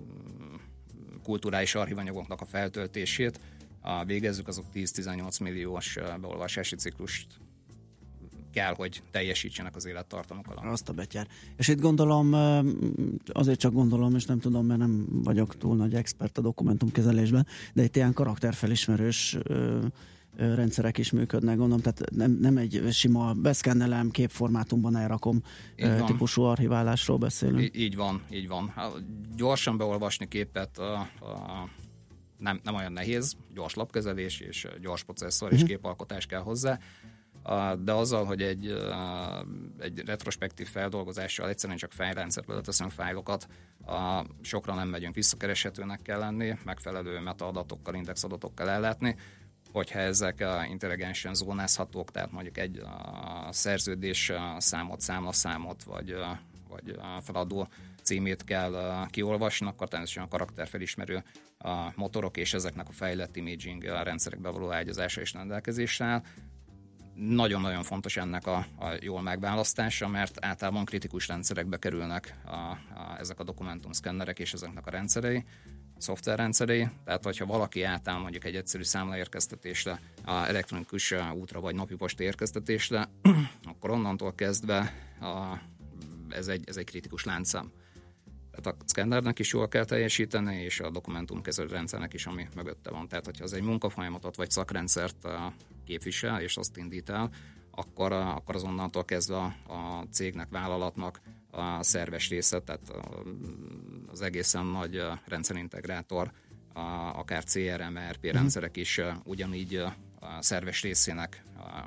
kulturális archívanyagoknak a feltöltését a végezzük, azok tíz-tizennyolc milliós beolvasási ciklust kell, hogy teljesítsenek az élettartamok alatt. Azt a betyár. És itt gondolom, azért csak gondolom, és nem tudom, mert nem vagyok túl nagy expert a dokumentumkezelésben, de itt ilyen karakterfelismerős rendszerek is működnek, gondolom, tehát nem, nem egy sima beszkennelem, képformátumban elrakom típusú archiválásról beszélünk. Így, így van, így van. Gyorsan beolvasni képet a, a, nem, nem olyan nehéz, gyors lapkezelés és gyors processzor és uh-huh. képalkotás kell hozzá, de azzal, hogy egy, egy retrospektív feldolgozással egyszerűen csak fájlrendszerbe leteszünk fájlokat, sokra nem megyünk, visszakereshetőnek kell lenni, megfelelő metaadatokkal, indexadatokkal ellátni. Hogyha ezek intelligensen zónázhatók, tehát mondjuk egy a szerződés számot, számlaszámot, vagy, vagy a feladó címét kell kiolvasni, akkor természetesen a karakterfelismerő a motorok és ezeknek a fejlett imaging rendszerekbe való ágyazása és rendelkezésre áll. Nagyon-nagyon fontos ennek a, a jól megválasztása, mert általában kritikus rendszerekbe kerülnek a, a, ezek a dokumentumszkennerek és ezeknek a rendszerei, szoftverrendszerei, tehát hogyha valaki átáll mondjuk egy egyszerű számlaérkeztetésre, a elektronikus útra vagy napi posta érkeztetésre, akkor onnantól kezdve a, ez, egy, ez egy kritikus láncszám. Tehát a szkennernek is jól kell teljesíteni, és a dokumentumkezelő rendszernek is, ami mögötte van. Tehát, hogyha az egy munkafolyamatot vagy szakrendszert képvisel, és azt indít el, akkor, akkor azonnantól kezdve a, a cégnek, vállalatnak a szerves része, tehát az egészen nagy rendszerintegrátor, akár cé er em, er pé rendszerek is ugyanígy a szerves részének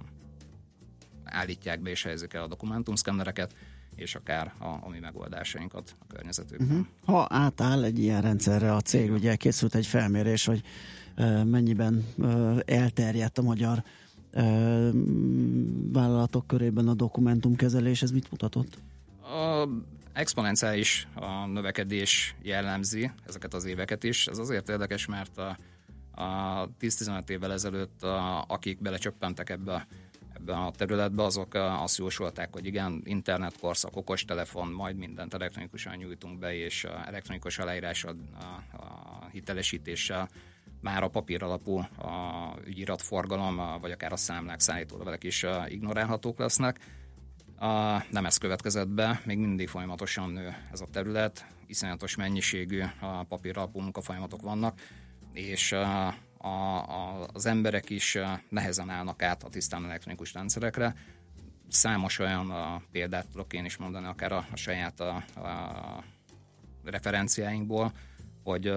állítják be és helyezik el a dokumentumszkennereket, és akár a, a mi megoldásainkat a környezetükben. Uh-huh. Ha átáll egy ilyen rendszerre a cég, ugye készült egy felmérés, hogy uh, mennyiben uh, elterjedt a magyar uh, vállalatok körében a dokumentumkezelés, ez mit mutatott? A exponenciális a növekedés jellemzi ezeket az éveket is. Ez azért érdekes, mert a, a tíz-tizenöt évvel ezelőtt a, akik belecsöppentek ebbe a ebben a területben, azok azt jósolták, hogy igen, internetkorszak, okostelefon, majd mindent elektronikusan nyújtunk be, és elektronikus aláírással, a, a hitelesítéssel már a papír alapú a ügyiratforgalom, a, vagy akár a számlák, szállítólevelek is a, ignorálhatók lesznek. A, nem ez következett be, még mindig folyamatosan nő ez a terület, iszonyatos mennyiségű a papír alapú munkafolyamatok vannak, és a, A, a, az emberek is nehezen állnak át a tisztán elektronikus rendszerekre. Számos olyan a példát tudok én is mondani, akár a, a saját a, a referenciáinkból, hogy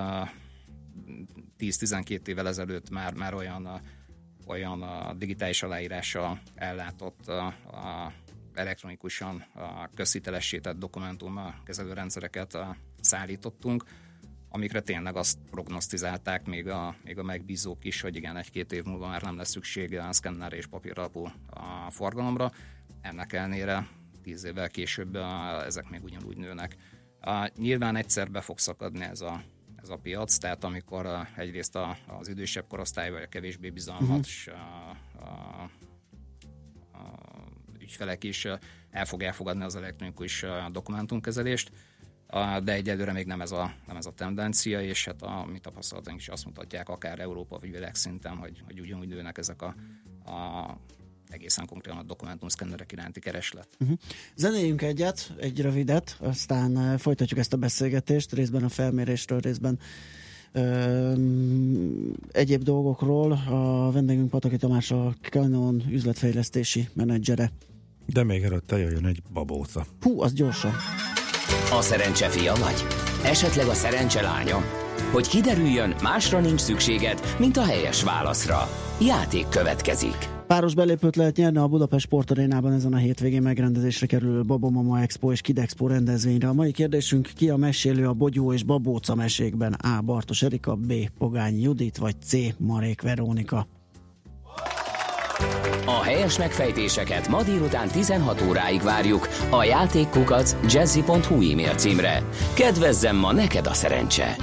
tíz-tizenkét évvel ezelőtt már, már olyan, a, olyan a digitális aláírással ellátott a, a elektronikusan a közhitelesített dokumentum kezelő rendszereket a, szállítottunk, amikre tényleg azt prognosztizálták még a, még a megbízók is, hogy igen, egy-két év múlva már nem lesz szüksége a szkennerre és papíralapú a forgalomra. Ennek ellenére tíz évvel később a, ezek még ugyanúgy nőnek. A, nyilván egyszer be fog szakadni ez a, ez a piac, tehát amikor a, egyrészt a, az idősebb korosztály, vagy a kevésbé bizalmas uh-huh. a, a, a ügyfelek is el fogják elfogadni az elektronikus dokumentumkezelést, de egyelőre még nem ez a, nem ez a tendencia, és hát a mi tapasztalataink is azt mutatják, akár Európa vagy világszinten, hogy, hogy ugyanúgy nőnek ezek a, a egészen konkrétan a dokumentumszkennerek iránti kereslet. Uh-huh. Zenéljünk egyet, egy rövidet, aztán folytatjuk ezt a beszélgetést, részben a felmérésről, részben ö, egyéb dolgokról. A vendégünk Pataki Tamás, a Canon üzletfejlesztési menedzsere. De még előtte jöjjön egy babóca. Hú, az gyorsan. A szerencse fia vagy? Esetleg a szerencse lánya? Hogy kiderüljön, másra nincs szükséged, mint a helyes válaszra. Játék következik. Páros belépőt lehet nyerni a Budapest Sportarénában ezen a hétvégén megrendezésre kerülő Babamama Expo és Kid Expo rendezvényre. A mai kérdésünk: ki a mesélő a Bogyó és Babóca mesékben? A. Bartos Erika, B. Pogányi Judit, vagy C. Marék Verónika? A helyes megfejtéseket ma délután tizenhat óráig várjuk a játékkukac jazzy pont hu e-mail címre. Kedvezzem ma neked a szerencse!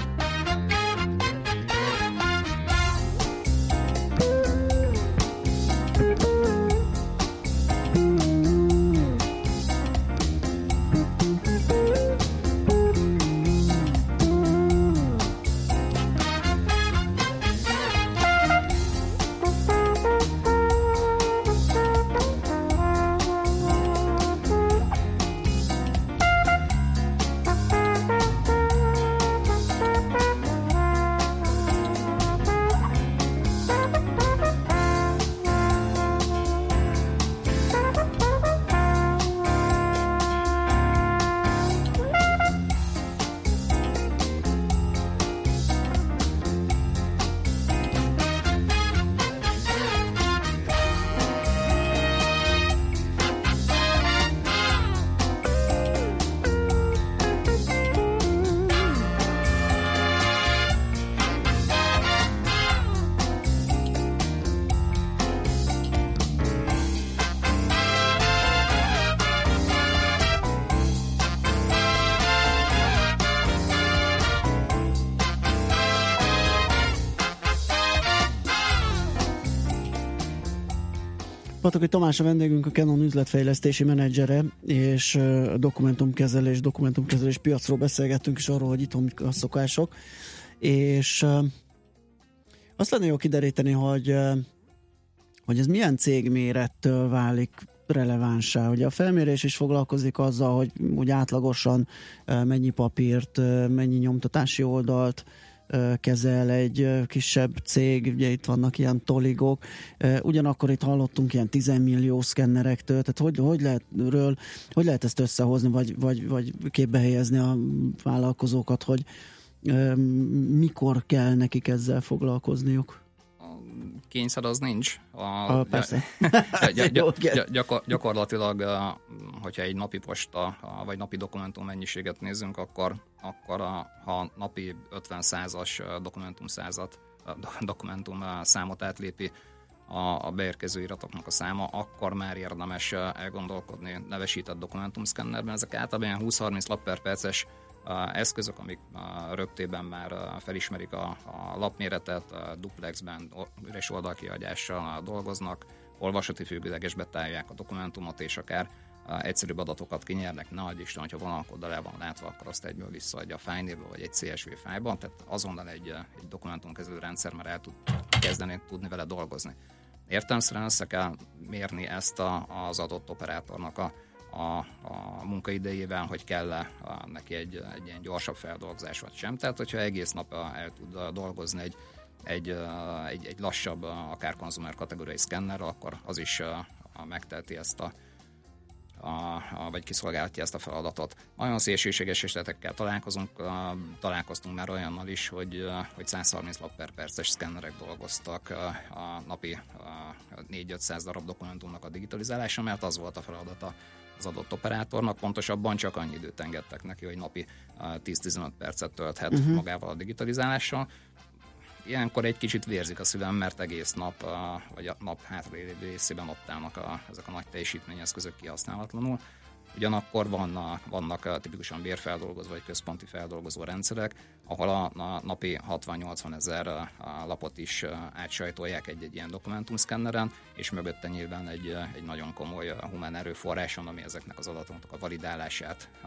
Pataki Tamás a vendégünk, a Canon üzletfejlesztési menedzsere, és a dokumentumkezelés, dokumentumkezelés piacról beszélgettünk, és arról, hogy itthon a szokások, és azt lenne jó kideríteni, hogy, hogy ez milyen cégmérettől válik relevánsá. Ugye a felmérés is foglalkozik azzal, hogy úgy átlagosan mennyi papírt, mennyi nyomtatási oldalt kezel egy kisebb cég, ugye itt vannak ilyen toligok, ugyanakkor itt hallottunk ilyen tízmillió szkennerektől, tehát hogy, hogy, lehet, ről, hogy lehet ezt összehozni, vagy, vagy, vagy képbe helyezni a vállalkozókat, hogy mikor kell nekik ezzel foglalkozniuk? kényszer az nincs. A, ah, persze. gy- gy- gy- gyakor- gyakorlatilag, hogyha egy napi posta vagy napi dokumentum mennyiséget nézzünk, akkor, akkor a, ha napi ötven százas dokumentum százat, dokumentum számot átlépi a, a beérkező iratoknak a száma, akkor már érdemes elgondolkodni nevesített dokumentumszkennerben. Ezek általában húsz-harminc lap per perces eszközök, amik rögtében már felismerik a, a lapméretet, a duplexben, üres oldalkihagyással dolgoznak, olvasati függőlegesbe tárják a dokumentumot, és akár egyszerűbb adatokat kinyernek. Nagy Isten, hogyha vonalkóddal le van látva, akkor azt egyből visszaadja a fájlnévbe, vagy egy cé es vé fájlban, tehát azonnal egy, egy dokumentumkezelő rendszer már el tud kezdeni tudni vele dolgozni. Értelemszerűen össze kell mérni ezt a, az adott operátornak a, a, a munkaidejével, hogy kell-e neki egy, egy ilyen gyorsabb feldolgozás vagy sem. Tehát, hogyha egész nap el tud dolgozni egy, egy, egy, egy lassabb, akár konzumer kategóriai szkennerrel, akkor az is megteheti ezt a A, a, vagy kiszolgálhatja ezt a feladatot. Nagyon szélsőséges esetekkel találkozunk, a, találkoztunk már olyannal is, hogy, hogy száz harminc lap per perces szkennerek dolgoztak a, a napi négy-ötszáz darab dokumentumnak a digitalizálása, mert az volt a feladata az adott operátornak, pontosabban csak annyi időt engedtek neki, hogy napi tíz-tizenöt percet tölthet uh-huh. magával a digitalizálással. Ilyenkor egy kicsit vérzik a szívem, mert egész nap, vagy a nap hátralévő részében ott állnak a, ezek a nagy teljesítményeszközök kihasználatlanul. Ugyanakkor vannak, vannak tipikusan bérfeldolgozó vagy központi feldolgozó rendszerek, ahol a, a napi hatvan-nyolcvan ezer lapot is átsajtolják egy-egy ilyen dokumentumszkenneren, és mögötte nyilván egy, egy nagyon komoly humán erőforráson, ami ezeknek az adatoknak a validálását a,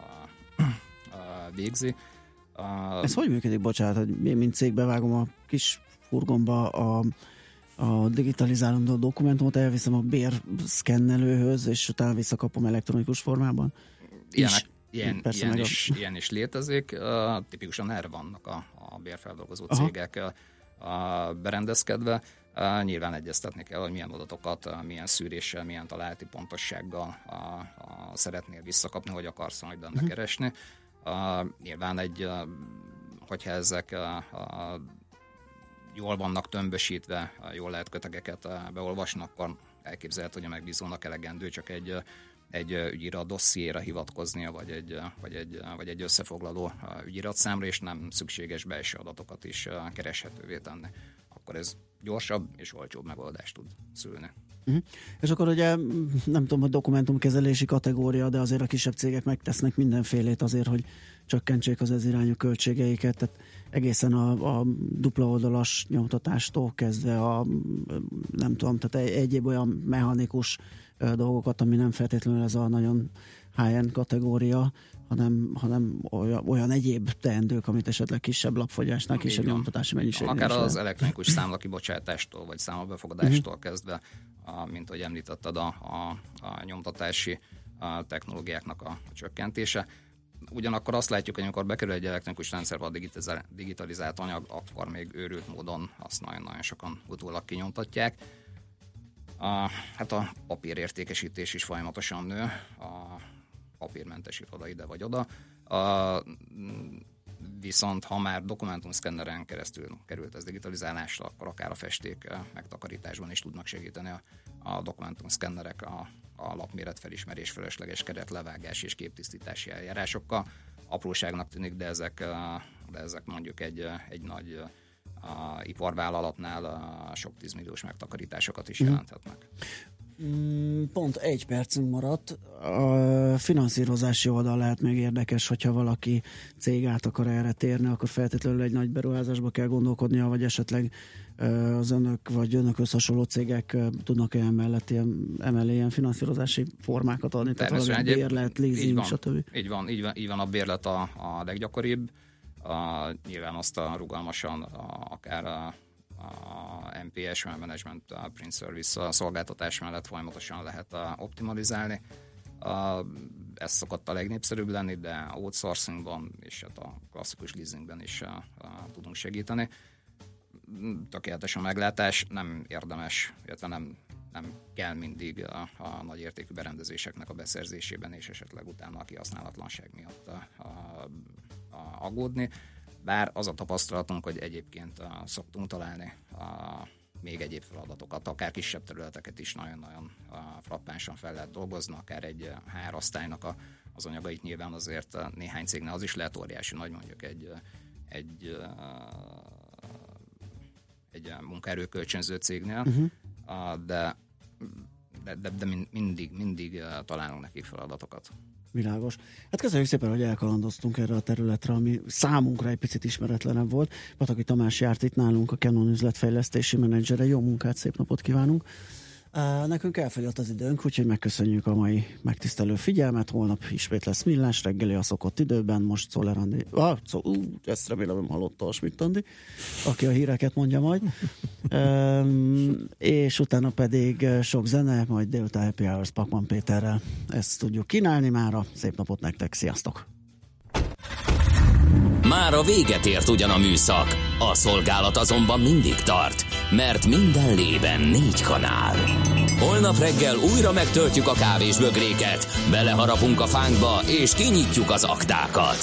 a végzi. Uh, Ez hogy működik, bocsánat, hogy én mint cég bevágom a kis furgomba a, a digitalizálódó dokumentumot, elviszem a bérszkennelőhöz, és utána visszakapom elektronikus formában? Ilyenek, is, ilyen, ilyen, is, a... ilyen is létezik. Uh, tipikusan erre vannak a, a bérfeldolgozó Aha. cégek uh, berendezkedve. Uh, nyilván egyeztetni kell, hogy milyen adatokat, uh, milyen szűréssel, milyen találati pontossággal uh, uh, szeretnél visszakapni, hogy akarsz majd benne uh-huh. keresni. Uh, nyilván egy, uh, hogyha ezek uh, uh, jól vannak tömbösítve, uh, jól lehet kötegeket uh, beolvasni, akkor elképzelhető, hogy a megbízónak elegendő csak egy, uh, egy uh, ügyirat dossziéra hivatkoznia, vagy egy, uh, vagy egy, uh, vagy egy összefoglaló uh, ügyiratszámra, és nem szükséges belső adatokat is uh, kereshetővé tenni. Akkor ez gyorsabb és olcsóbb megoldást tud szülni. Uh-huh. És akkor ugye nem tudom, hogy dokumentumkezelési kategória, de azért a kisebb cégek megtesznek mindenfélét azért, hogy csökkentsék az ez irányú költségeiket, tehát egészen a, a dupla oldalas nyomtatástól kezdve a nem tudom, tehát egyéb olyan mechanikus dolgokat, ami nem feltétlenül ez a nagyon high-end kategória, hanem, hanem olyan, olyan egyéb teendők, amit esetleg kisebb lapfogyásnál, kisebb nyomtatási mennyiség. Akár az elektronikus számlakibocsátástól, vagy számlabefogadástól uh-huh. kezdve, a, mint ahogy említetted, a, a, a nyomtatási a technológiáknak a, a csökkentése. Ugyanakkor azt látjuk, hogy amikor bekerül egy elektronikus rendszerbe a digitalizált, digitalizált anyag, akkor még őrült módon azt nagyon-nagyon sokan utólag kinyomtatják. A, hát a papírértékesítés is folyamatosan nő, a papírmentes iroda ide vagy oda. A, viszont ha már dokumentumszkenneren keresztül került ez digitalizálásra, akkor akár a festék megtakarításban is tudnak segíteni a, a dokumentumszkennerek a, a lapméret felismerés, felesleges keret levágás és képtisztítási eljárásokkal. Apróságnak tűnik, de ezek, de ezek mondjuk egy, egy nagy a iparvállalatnál a sok tízmilliós megtakarításokat is jelenthetnek. Pont egy percünk maradt. A finanszírozási oldal lehet még érdekes, hogyha valaki cég át akar erre térni, akkor feltétlenül egy nagy beruházásba kell gondolkodnia, vagy esetleg az önök vagy önökhöz hasonló cégek tudnak olyan mellett ilyen, emellé ilyen finanszírozási formákat adni, tehát valami bérlet, leasing, stb. Így van, így van, így van, a bérlet a, a leggyakoribb. A, nyilván azt a rugalmasan a, akár a, a em pé es, a Management a Print Service a szolgáltatás mellett folyamatosan lehet a, optimalizálni. A, ez szokott a legnépszerűbb lenni, de outsourcingban és hát a klasszikus leasingben is a, a, tudunk segíteni. Tökéletes a meglátás, nem érdemes, illetve nem, nem kell mindig a, a nagy értékű berendezéseknek a beszerzésében és esetleg utána a kihasználatlanság miatt a, a, a, aggódni. Bár az a tapasztalatunk, hogy egyébként a, szoktunk találni a még egyéb feladatokat, akár kisebb területeket is nagyon-nagyon frappánsan fel lehet dolgozni, akár egy hárasztálynak a, az anyagait nyilván azért néhány cégnél az is lehet óriási nagy, mondjuk egy, egy, egy munkaerőkölcsönző cégnél, uh-huh. de, de, de, de mindig, mindig találunk nekik feladatokat. Világos. Hát köszönjük szépen, hogy elkalandoztunk erre a területre, ami számunkra egy picit ismeretlenebb volt. Pataki Tamás járt itt nálunk, a Canon üzletfejlesztési menedzsere. Jó munkát, szép napot kívánunk! Nekünk elfogyott az időnk, úgyhogy megköszönjük a mai megtisztelő figyelmet. Holnap ismét lesz Millás reggeli a szokott időben. Most Czoller Andi, ah, szó, ú, ezt remélem nem hallotta a Schmidt Andi, aki a híreket mondja majd. um, és utána pedig sok zene, majd délután Happy Hours Pakman Péterrel. Ezt tudjuk kínálni mára. Szép napot nektek, sziasztok! Már a véget ért ugyan a műszak, a szolgálat azonban mindig tart, mert minden lében négy kanál. Holnap reggel újra megtöltjük a kávés bögréket, beleharapunk a fánkba és kinyitjuk az aktákat.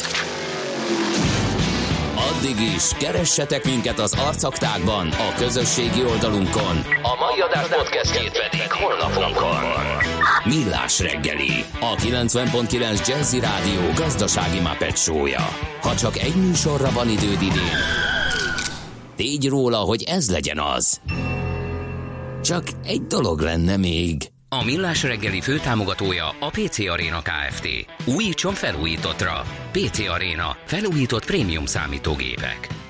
Addig is keressetek minket az arcaktákban, a közösségi oldalunkon. A mai adás podcastjét pedig honlapunkon. Millás reggeli, a kilencven pont kilenc Jazzy Rádió gazdasági Muppet show-ja. Ha csak egy műsorra van időd idén, tégy róla, hogy ez legyen az. Csak egy dolog lenne még. A Millás reggeli főtámogatója a pé cé Arena Kft. Újítson felújítottra. pé cé Arena. Felújított prémium számítógépek.